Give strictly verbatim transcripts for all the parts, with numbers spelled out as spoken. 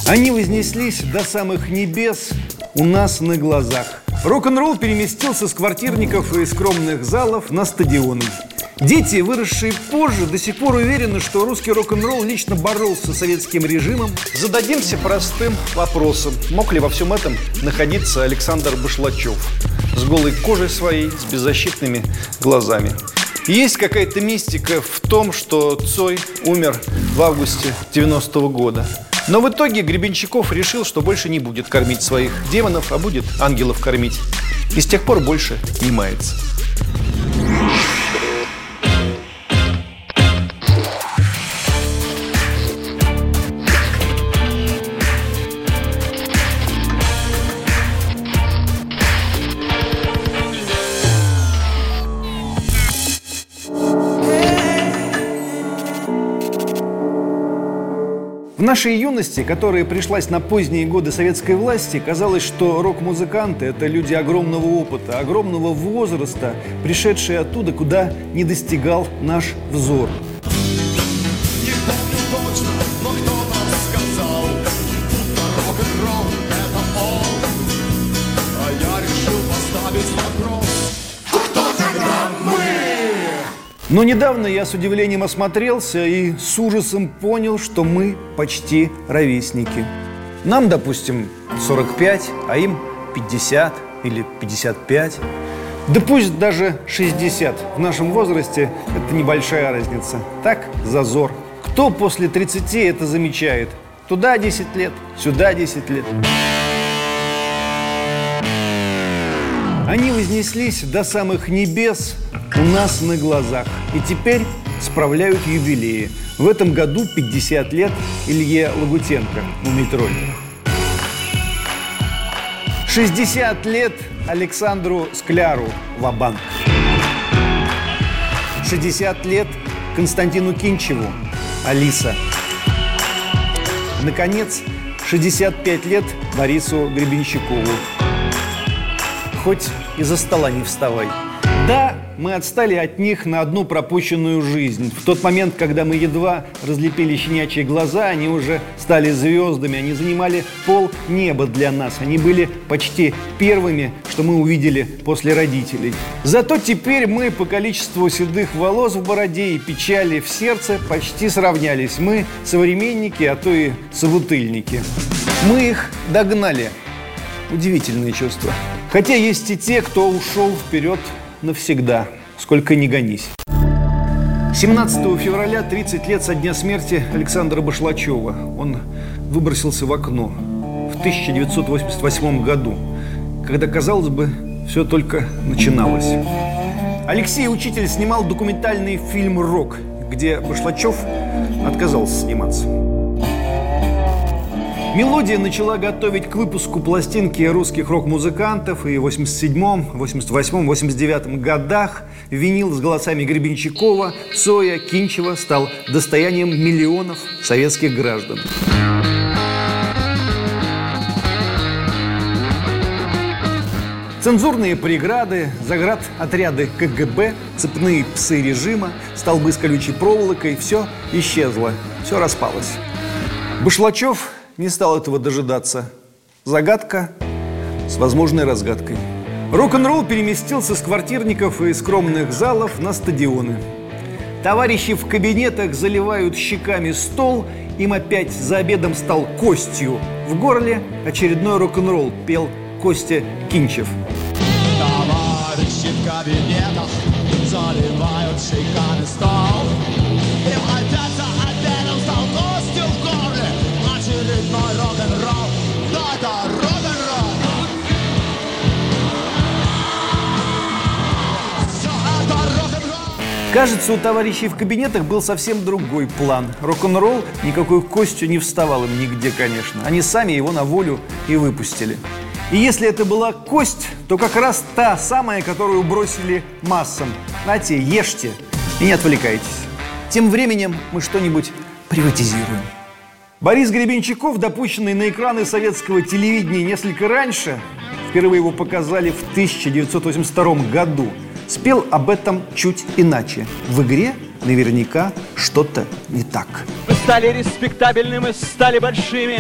Они вознеслись до самых небес у нас на глазах. Рок-н-ролл переместился с квартирников и скромных залов на стадионы. Дети, выросшие позже, до сих пор уверены, что русский рок-н-ролл лично боролся с советским режимом. Зададимся простым вопросом: мог ли во всем этом находиться Александр Башлачев с голой кожей своей, с беззащитными глазами? Есть какая-то мистика в том, что Цой умер в августе девяностого года. Но в итоге Гребенщиков решил, что больше не будет кормить своих демонов, а будет ангелов кормить. И с тех пор больше не мается. В нашей юности, которая пришлась на поздние годы советской власти, казалось, что рок-музыканты – это люди огромного опыта, огромного возраста, пришедшие оттуда, куда не достигал наш взор. Не помню точно, но кто нам сказал, будто рок-н-ролл – это он. А я решил поставить вопрос: а кто тогда мы? Но недавно я с удивлением осмотрелся и с ужасом понял, что мы почти ровесники. Нам, допустим, сорок пять, а им пятьдесят или пятьдесят пять. Да пусть даже шестьдесят. В нашем возрасте это небольшая разница. Так, зазор. Кто после тридцати это замечает? Туда десять лет, сюда десять лет. Они вознеслись до самых небес у нас на глазах. И теперь справляют юбилеи. В этом году пятьдесят лет Илье Лагутенко, мумий-тролль. шестьдесят лет Александру Скляру, Ва-банк. шестьдесят лет Константину Кинчеву, Алиса. Наконец, шестьдесят пять лет Борису Гребенщикову. Хоть из-за стола не вставай. Да, мы отстали от них на одну пропущенную жизнь. В тот момент, когда мы едва разлепили щенячьи глаза, они уже стали звездами. Они занимали полнеба для нас. Они были почти первыми, что мы увидели после родителей. Зато теперь мы по количеству седых волос в бороде и печали в сердце почти сравнялись. Мы современники, а то и собутыльники. Мы их догнали. Удивительные чувства. Хотя есть и те, кто ушел вперед навсегда, сколько ни гонись. семнадцатого февраля, тридцать лет со дня смерти Александра Башлачева. Он выбросился в окно в тысяча девятьсот восемьдесят восьмом году, когда, казалось бы, все только начиналось. Алексей Учитель снимал документальный фильм «Рок», где Башлачев отказался сниматься. Мелодия начала готовить к выпуску пластинки русских рок-музыкантов, и в восемьдесят седьмом, восемьдесят восьмом, восемьдесят девятом годах винил с голосами Гребенщикова, Цоя, Кинчева стал достоянием миллионов советских граждан. Цензурные преграды, заградотряды ка гэ бэ, цепные псы режима, столбы с колючей проволокой – все исчезло, все распалось. Башлачев не стал этого дожидаться. Загадка с возможной разгадкой. Рок-н-ролл переместился с квартирников и скромных залов на стадионы. Товарищи в кабинетах заливают щеками стол. Им опять за обедом стал костью в горле. Очередной рок-н-ролл пел Костя Кинчев. Товарищи в кабинетах заливают щеками стол. Им опять за обедом стал костью в горле. Очередной рок-н-ролл, да это рок-н-ролл. Все это рок-н-ролл. Кажется, у товарищей в кабинетах был совсем другой план. Рок-н-ролл никакой костью не вставал им нигде, конечно. Они сами его на волю и выпустили. И если это была кость, то как раз та самая, которую бросили массам. Нате, ешьте и не отвлекайтесь. Тем временем мы что-нибудь приватизируем. Борис Гребенщиков, допущенный на экраны советского телевидения несколько раньше, впервые его показали в тысяча девятьсот восемьдесят втором году, спел об этом чуть иначе. В игре наверняка что-то не так. Мы стали респектабельными, стали большими,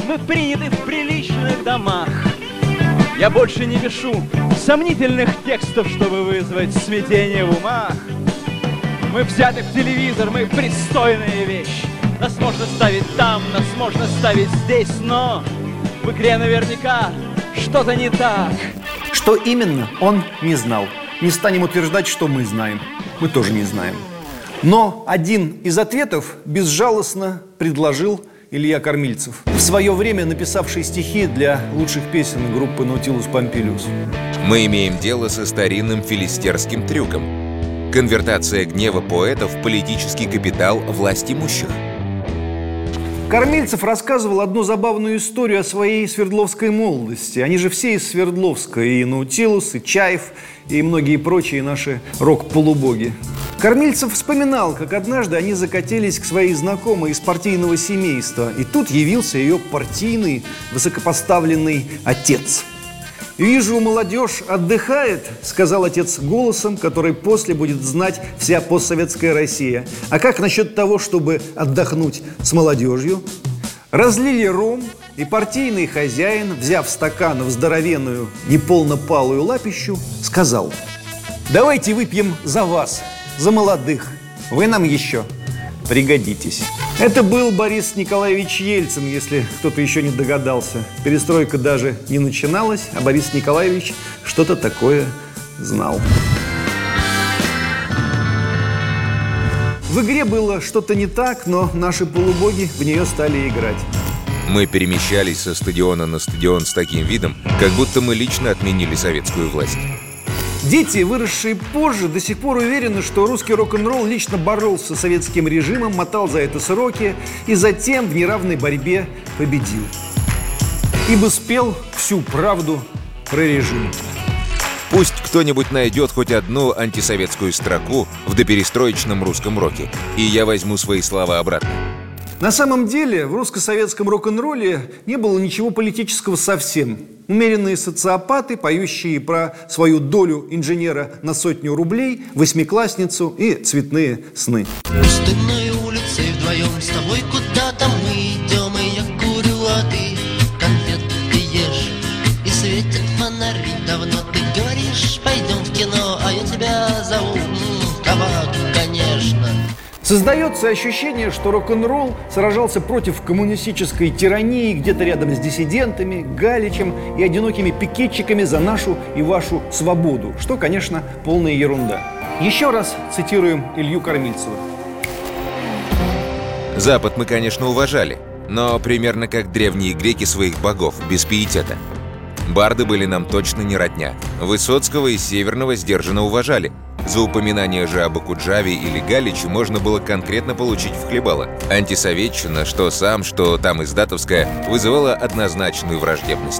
мы приняты в приличных домах. Я больше не пишу сомнительных текстов, чтобы вызвать смятение в умах. Мы взяты в телевизор, мы пристойная вещь. Нас можно ставить там, нас можно ставить здесь, но в игре наверняка что-то не так. Что именно, он не знал. Не станем утверждать, что мы знаем. Мы тоже не знаем. Но один из ответов безжалостно предложил Илья Кормильцев, в свое время написавший стихи для лучших песен группы «Наутилус Помпилиус». Мы имеем дело со старинным филистерским трюком. Конвертация гнева поэта в политический капитал власть имущих. Кормильцев рассказывал одну забавную историю о своей свердловской молодости. Они же все из Свердловска. И Наутилус, и Чаев, и многие прочие наши рок-полубоги. Кормильцев вспоминал, как однажды они закатились к своей знакомой из партийного семейства. И тут явился ее партийный, высокопоставленный отец. «Вижу, молодежь отдыхает», — сказал отец голосом, который после будет знать вся постсоветская Россия. «А как насчет того, чтобы отдохнуть с молодежью?» Разлили ром, и партийный хозяин, взяв стакан в здоровенную, неполнопалую лапищу, сказал: «Давайте выпьем за вас, за молодых. Вы нам еще пригодитесь». Это был Борис Николаевич Ельцин, если кто-то еще не догадался. Перестройка даже не начиналась, а Борис Николаевич что-то такое знал. В игре было что-то не так, но наши полубоги в нее стали играть. Мы перемещались со стадиона на стадион с таким видом, как будто мы лично отменили советскую власть. Дети, выросшие позже, до сих пор уверены, что русский рок-н-ролл лично боролся с советским режимом, мотал за это сроки и затем в неравной борьбе победил. Ибо спел всю правду про режим. Пусть кто-нибудь найдет хоть одну антисоветскую строку в доперестроечном русском роке, и я возьму свои слова обратно. На самом деле в русско-советском рок-н-ролле не было ничего политического совсем. Умеренные социопаты, поющие про свою долю инженера на сотню рублей, восьмиклассницу и цветные сны. Пустынной улицей вдвоем с тобой куда-то мы идем, и я курю, а ты конфетки ешь. И светят фонари давно, ты говоришь, пойдем в кино, а я тебя зову м-м, кабак, конечно. Создается ощущение, что рок-н-ролл сражался против коммунистической тирании где-то рядом с диссидентами, Галичем и одинокими пикетчиками за нашу и вашу свободу, что, конечно, полная ерунда. Еще раз цитируем Илью Кормильцева. Запад мы, конечно, уважали, но примерно как древние греки своих богов, без пиетета. Барды были нам точно не родня. Высоцкого и Северного сдержанно уважали. За упоминание же об Акуджаве или Галиче можно было конкретно получить в хлебало. Антисоветчина, что сам, что там издатовская, вызывала однозначную враждебность.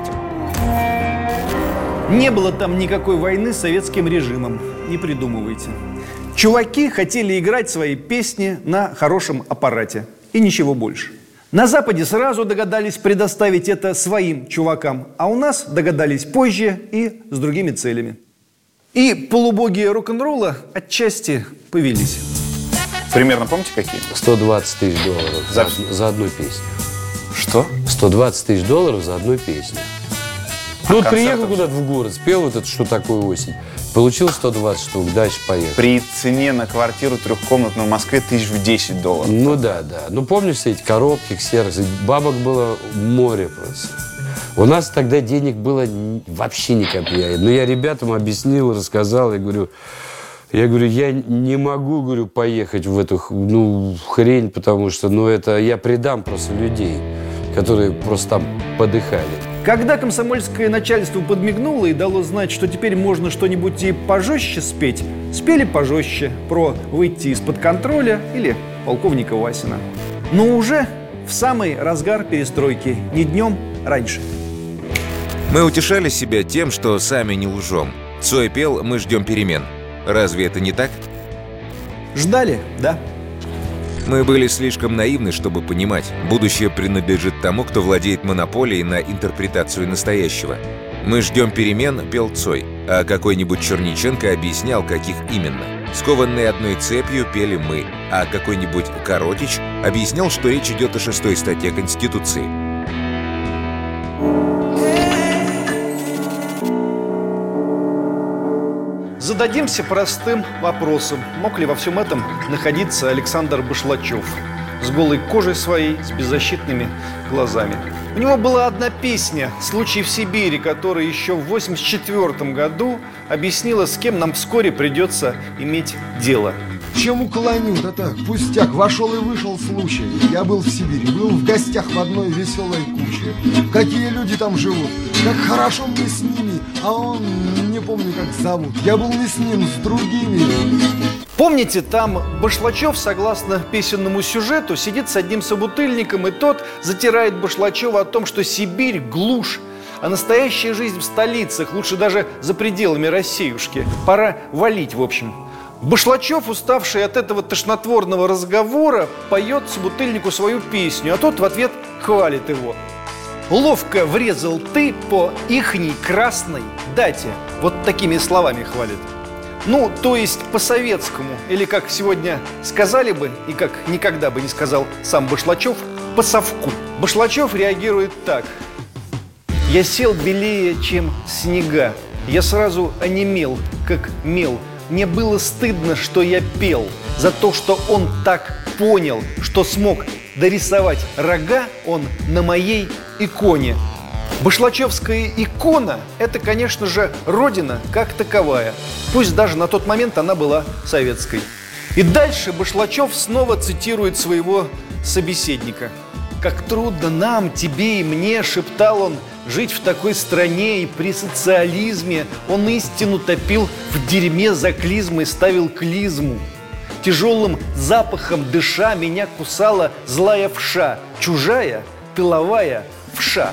Не было там никакой войны с советским режимом. Не придумывайте. Чуваки хотели играть свои песни на хорошем аппарате. И ничего больше. На Западе сразу догадались предоставить это своим чувакам, а у нас догадались позже и с другими целями. И полубоги рок-н-ролла отчасти повелись. Примерно помните какие? сто двадцать тысяч долларов за, за одну песню. Что? сто двадцать тысяч долларов за одну песню. А ну, вот концертов? приехал куда-то в город, спел вот это «Что такое осень», получил сто двадцать штук, дальше поехал. При цене на квартиру трехкомнатную в Москве тысяч в десять долларов. Ну да, да. Ну помнишь все эти коробки, ксероксы, бабок было море просто. У нас тогда денег было вообще ни копья. Но я ребятам объяснил, рассказал, я говорю, я говорю, я не могу, говорю, поехать в эту, ну, хрень, потому что, ну, это я предам просто людей, которые просто там подыхали. Когда комсомольское начальство подмигнуло и дало знать, что теперь можно что-нибудь и пожестче спеть, спели пожестче про «Выйти из-под контроля» или «Полковника Васина». Но уже в самый разгар перестройки, не днем, раньше. Мы утешали себя тем, что сами не лжем. Цой пел «Мы ждем перемен». Разве это не так? Ждали, да. Мы были слишком наивны, чтобы понимать, будущее принадлежит тому, кто владеет монополией на интерпретацию настоящего. «Мы ждем перемен» пел Цой, а какой-нибудь Черниченко объяснял, каких именно. Скованные одной цепью пели мы, а какой-нибудь Коротич объяснял, что речь идет о шестой статье Конституции. Зададимся простым вопросом. Мог ли во всем этом находиться Александр Башлачев? С голой кожей своей, с беззащитными глазами. У него была одна песня «Случай в Сибири», которая еще в восемьдесят четвёртом году объяснила, с кем нам вскоре придется иметь дело. Чем уклоню? Да так, пустяк, вошел и вышел случай. Я был в Сибири, был в гостях в одной веселой куче. Какие люди там живут, как хорошо мне с ними, а он, не помню как зовут. Я был не с ним, с другими. Помните, там Башлачев, согласно песенному сюжету, сидит с одним собутыльником, и тот затирает Башлачева о том, что Сибирь – глушь, а настоящая жизнь в столицах, лучше даже за пределами Россиюшки. Пора валить, в общем. Башлачев, уставший от этого тошнотворного разговора, поет собутыльнику свою песню, а тот в ответ хвалит его. «Ловко врезал ты по ихней красной дате». Вот такими словами хвалит. Ну, то есть по-советскому, или как сегодня сказали бы, и как никогда бы не сказал сам Башлачев, по совку. Башлачев реагирует так. «Я сел белее, чем снега. Я сразу онемел, как мел. Мне было стыдно, что я пел, за то, что он так понял, что смог дорисовать рога он на моей иконе». Башлачевская икона – это, конечно же, родина как таковая. Пусть даже на тот момент она была советской. И дальше Башлачев снова цитирует своего собеседника. «Как трудно нам, тебе и мне, – шептал он, – жить в такой стране и при социализме. Он истину топил в дерьме за клизмой, ставил клизму. Тяжелым запахом дыша меня кусала злая вша, чужая тыловая вша».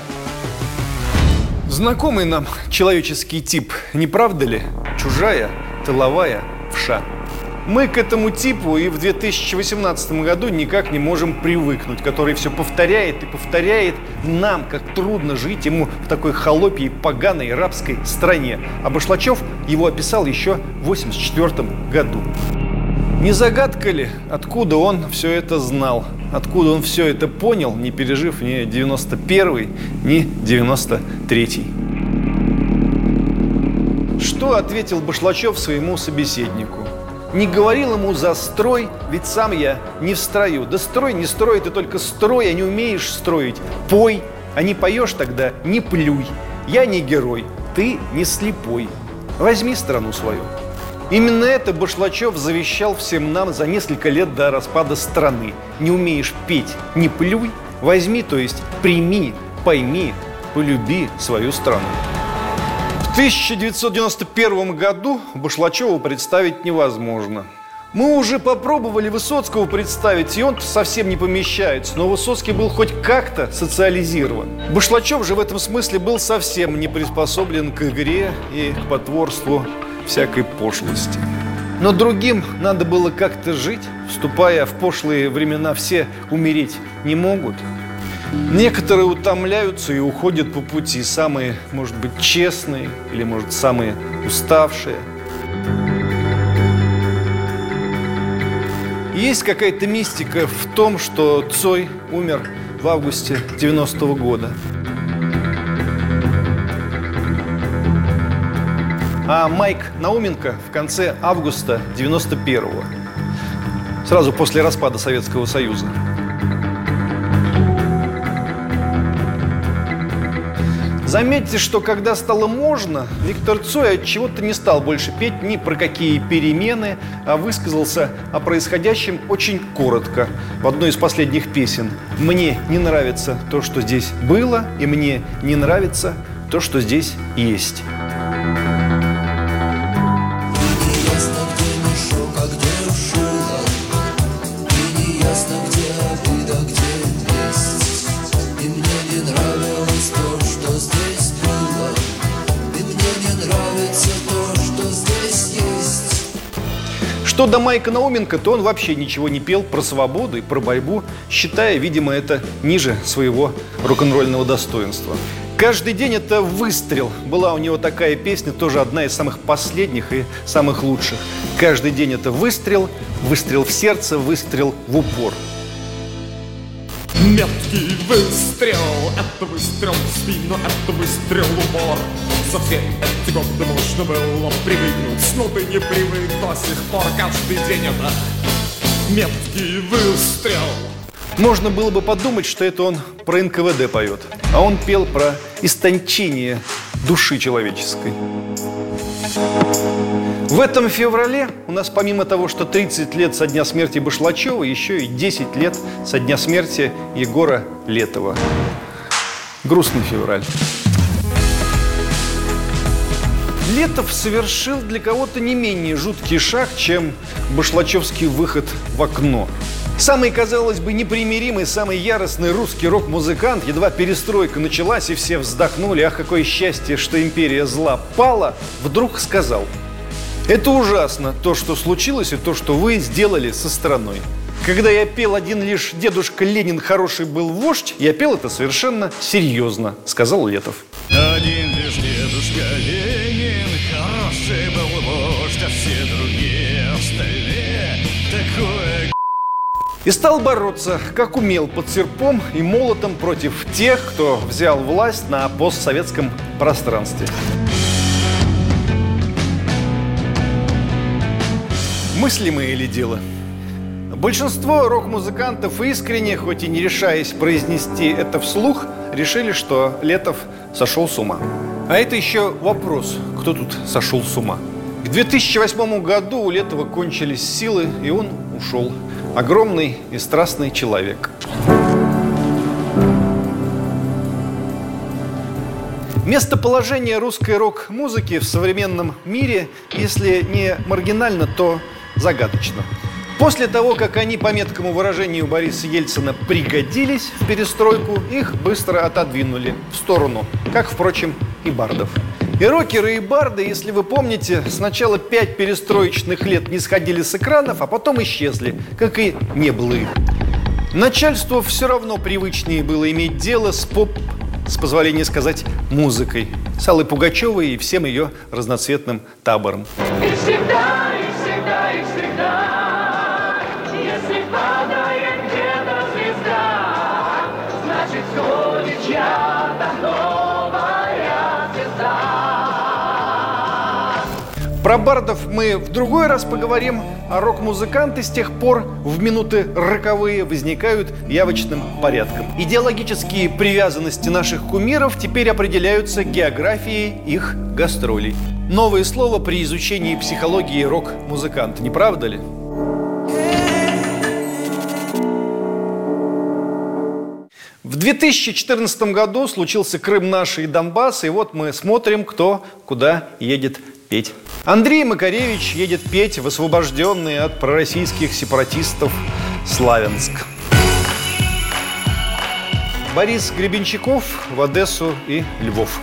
Знакомый нам человеческий тип, не правда ли? Чужая тыловая вша. Мы к этому типу и в две тысячи восемнадцатом году никак не можем привыкнуть, который все повторяет и повторяет нам, как трудно жить ему в такой холопьей, поганой рабской стране. А Башлачев его описал еще в восемьдесят четвёртом году. Не загадка ли, откуда он все это знал? Откуда он все это понял, не пережив ни девяносто первый, ни девяносто третий? Что ответил Башлачев своему собеседнику? Не говорил ему за строй, ведь сам я не в строю. Да строй, не строй, ты только строй, а не умеешь строить. Пой, а не поешь тогда, не плюй. Я не герой, ты не слепой. Возьми страну свою. Именно это Башлачев завещал всем нам за несколько лет до распада страны. Не умеешь петь, не плюй, возьми, то есть прими, пойми, полюби свою страну. В тысяча девятьсот девяносто первом году Башлачева представить невозможно. Мы уже попробовали Высоцкого представить, и он совсем не помещается. Но Высоцкий был хоть как-то социализирован. Башлачев же в этом смысле был совсем не приспособлен к игре и к потворству всякой пошлости. Но другим надо было как-то жить. Вступая в пошлые времена, все умереть не могут. Некоторые утомляются и уходят по пути. Самые, может быть, честные или, может, самые уставшие. Есть какая-то мистика в том, что Цой умер в августе девяностого года. А Майк Науменко в конце августа девяносто первого, сразу после распада Советского Союза. Заметьте, что когда стало можно, Виктор Цой от чего-то не стал больше петь ни про какие перемены, а высказался о происходящем очень коротко в одной из последних песен. «Мне не нравится то, что здесь было, и мне не нравится то, что здесь есть». Что до Майка Науменко, то он вообще ничего не пел про свободу и про борьбу, считая, видимо, это ниже своего рок-н-ролльного достоинства. «Каждый день это выстрел». Была у него такая песня, тоже одна из самых последних и самых лучших. «Каждый день это выстрел, выстрел в сердце, выстрел в упор». Меткий выстрел, это выстрел в спину, это выстрел в упор. За все эти годы можно было привыкнуть, но ты не привык до сих пор. Каждый день это меткий выстрел. Можно было бы подумать, что это он про эн ка вэ дэ поет, а он пел про истончение души человеческой. В этом феврале у нас помимо того, что тридцать лет со дня смерти Башлачева, еще и десять лет со дня смерти Егора Летова. Грустный февраль. Летов совершил для кого-то не менее жуткий шаг, чем башлачевский выход в окно. Самый, казалось бы, непримиримый, самый яростный русский рок-музыкант, едва перестройка началась и все вздохнули, ах, какое счастье, что империя зла пала, вдруг сказал: это ужасно, то, что случилось, и то, что вы сделали со страной. Когда я пел «Один лишь дедушка Ленин хороший был вождь», я пел это совершенно серьезно, сказал Летов. Один лишь дедушка Ленин хороший был вождь, а все другие остальные такое. И стал бороться, как умел, под серпом и молотом против тех, кто взял власть на постсоветском пространстве. Мыслимое ли дело? Большинство рок-музыкантов искренне, хоть и не решаясь произнести это вслух, решили, что Летов сошел с ума. А это еще вопрос, кто тут сошел с ума. К две тысячи восьмому году у Летова кончились силы, и он ушел. Огромный и страстный человек. Местоположение русской рок-музыки в современном мире, если не маргинально, то загадочно. После того, как они, по меткому выражению Бориса Ельцина, пригодились в перестройку, их быстро отодвинули в сторону, как, впрочем, и бардов. И рокеры, и барды, если вы помните, сначала пять перестроечных лет не сходили с экранов, а потом исчезли, как и не было их. Начальству все равно привычнее было иметь дело с поп, с позволения сказать, музыкой, с Аллой Пугачевой и всем ее разноцветным табором. И всегда, и всегда, и всегда, если падает где-то звезда, значит, сходит чья-то новая звезда. Про бардов мы в другой раз поговорим, а рок-музыканты с тех пор в минуты роковые возникают явочным порядком. Идеологические привязанности наших кумиров теперь определяются географией их гастролей. Новое слово при изучении психологии рок-музыканта, не правда ли? В две тысячи четырнадцатом году случился Крым наш и Донбасс, и вот мы смотрим, кто куда едет петь. Андрей Макаревич едет петь в освобожденный от пророссийских сепаратистов Славянск. Борис Гребенщиков в Одессу и Львов.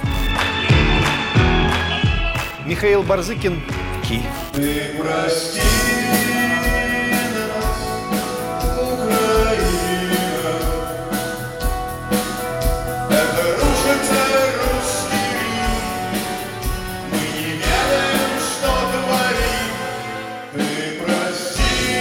Михаил Барзыкин в Киев. Ты прости нас, Украина, это рушится русский мир, мы не ведаем, что творим. Ты прости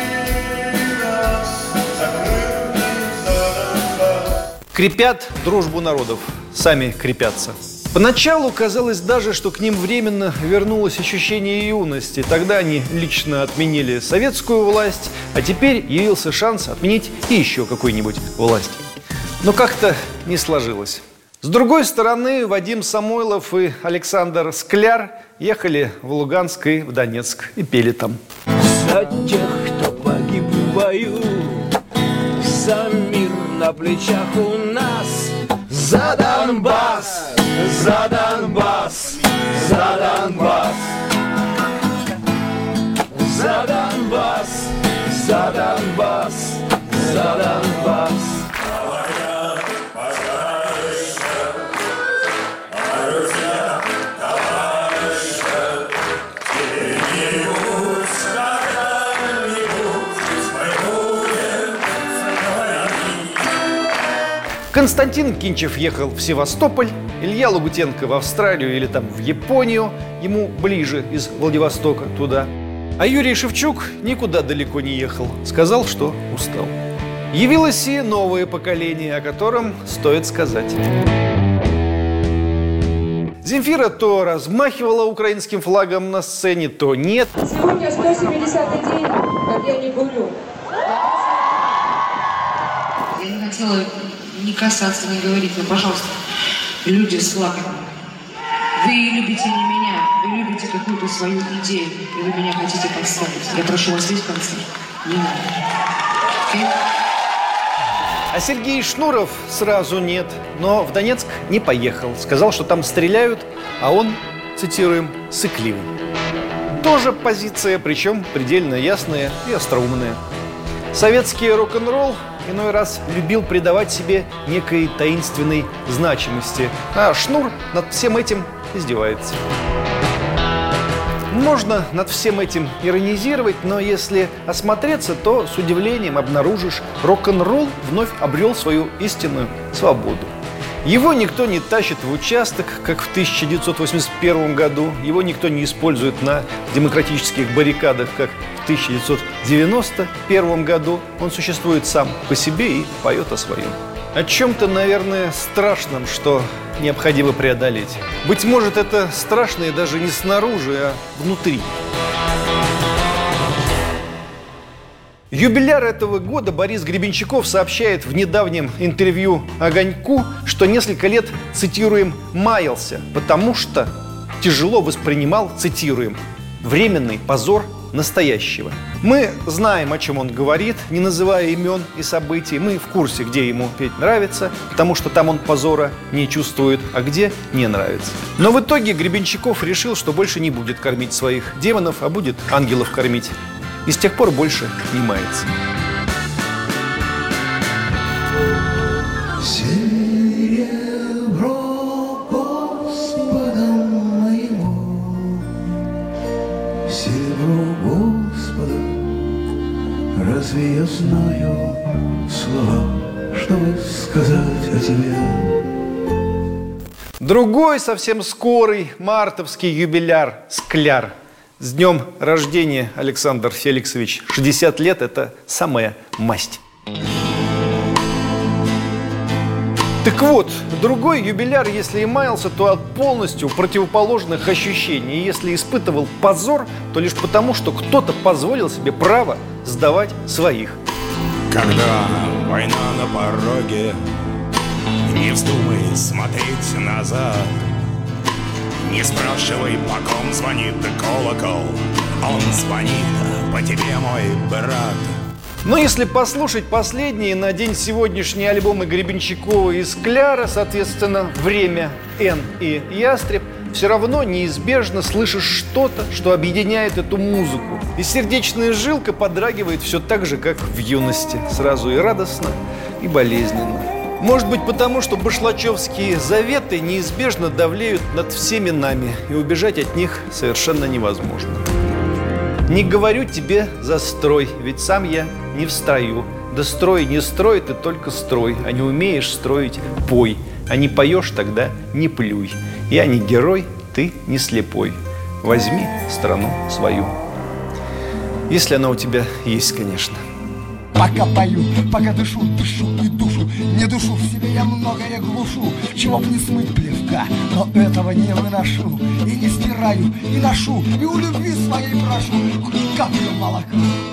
нас, закрытый за Донбасс. Крепят дружбу народов, сами крепятся. Поначалу казалось даже, что к ним временно вернулось ощущение юности. Тогда они лично отменили советскую власть, а теперь явился шанс отменить и еще какую-нибудь власть. Но как-то не сложилось. С другой стороны, Вадим Самойлов и Александр Скляр ехали в Луганск и в Донецк и пели там. За тех, кто погиб в бою, за мир на плечах у нас. За Донбасс, за Донбасс, за Донбасс, за Донбасс, за Донбасс, за Донбасс. Константин Кинчев ехал в Севастополь, Илья Лагутенко в Австралию или там в Японию, ему ближе из Владивостока туда. А Юрий Шевчук никуда далеко не ехал, сказал, что устал. Явилось и новое поколение, о котором стоит сказать. Земфира то размахивала украинским флагом на сцене, то нет. Сегодня сто семидесятый день, как я не курю. Я не хотела не касаться, не говорить, но, пожалуйста, люди с флагом. Вы любите не меня, вы любите какую-то свою идею, и вы меня хотите поставить. Я прошу вас весь концерт. Не надо. Okay? А Сергей Шнуров сразу нет, но в Донецк не поехал. Сказал, что там стреляют, а он, цитируем, сыкливый. Тоже позиция, причем предельно ясная и остроумная. Советский рок-н-ролл иной раз любил придавать себе некой таинственной значимости, а Шнур над всем этим издевается. Можно над всем этим иронизировать, но если осмотреться, то с удивлением обнаружишь, рок-н-ролл вновь обрел свою истинную свободу. Его никто не тащит в участок, как в тысяча девятьсот восемьдесят первом году. Его никто не использует на демократических баррикадах, как в тысяча девятьсот девяносто первом году. Он существует сам по себе и поет о своем. О чем-то, наверное, страшном, что необходимо преодолеть. Быть может, это страшное даже не снаружи, а внутри. Юбиляр этого года Борис Гребенщиков сообщает в недавнем интервью «Огоньку», что несколько лет, цитируем, маялся, потому что тяжело воспринимал, цитируем, временный позор настоящего. Мы знаем, о чем он говорит, не называя имен и событий. Мы в курсе, где ему петь нравится, потому что там он позора не чувствует, а где не нравится. Но в итоге Гребенщиков решил, что больше не будет кормить своих демонов, а будет ангелов кормить. И с тех пор больше не мается. Серебро Господа моего, серебро Господа, разве я знаю слова, чтобы сказать о тебе? Другой совсем скорый мартовский юбиляр «Скляр». С днем рождения, Александр Феликсович. шестьдесят лет – это самая масть. Так вот, другой юбиляр, если и маялся, то от полностью противоположных ощущений. И если испытывал позор, то лишь потому, что кто-то позволил себе право сдавать своих. Когда война на пороге, не вздумай смотреть назад. Не спрашивай, по ком звонит колокол, он звонит по тебе, мой брат. Но если послушать последние на день сегодняшние альбомы Гребенщикова и Скляра, соответственно, «Время», «Н» и «Ястреб», все равно неизбежно слышишь что-то, что объединяет эту музыку. И сердечная жилка подрагивает все так же, как в юности, сразу и радостно, и болезненно. Может быть, потому что башлачевские заветы неизбежно давлеют над всеми нами, и убежать от них совершенно невозможно. Не говорю тебе застрой, ведь сам я не в строю. Да строй не строй, ты только строй, а не умеешь строить – пой. А не поешь, тогда не плюй. Я не герой, ты не слепой. Возьми страну свою. Если она у тебя есть, конечно. Пока пою, пока дышу, дышу и душу. Не душу в себе, я многое глушу. Чего б не смыть плевка, но этого не выношу. И не стираю, и ношу, и у любви своей прошу каплю молока.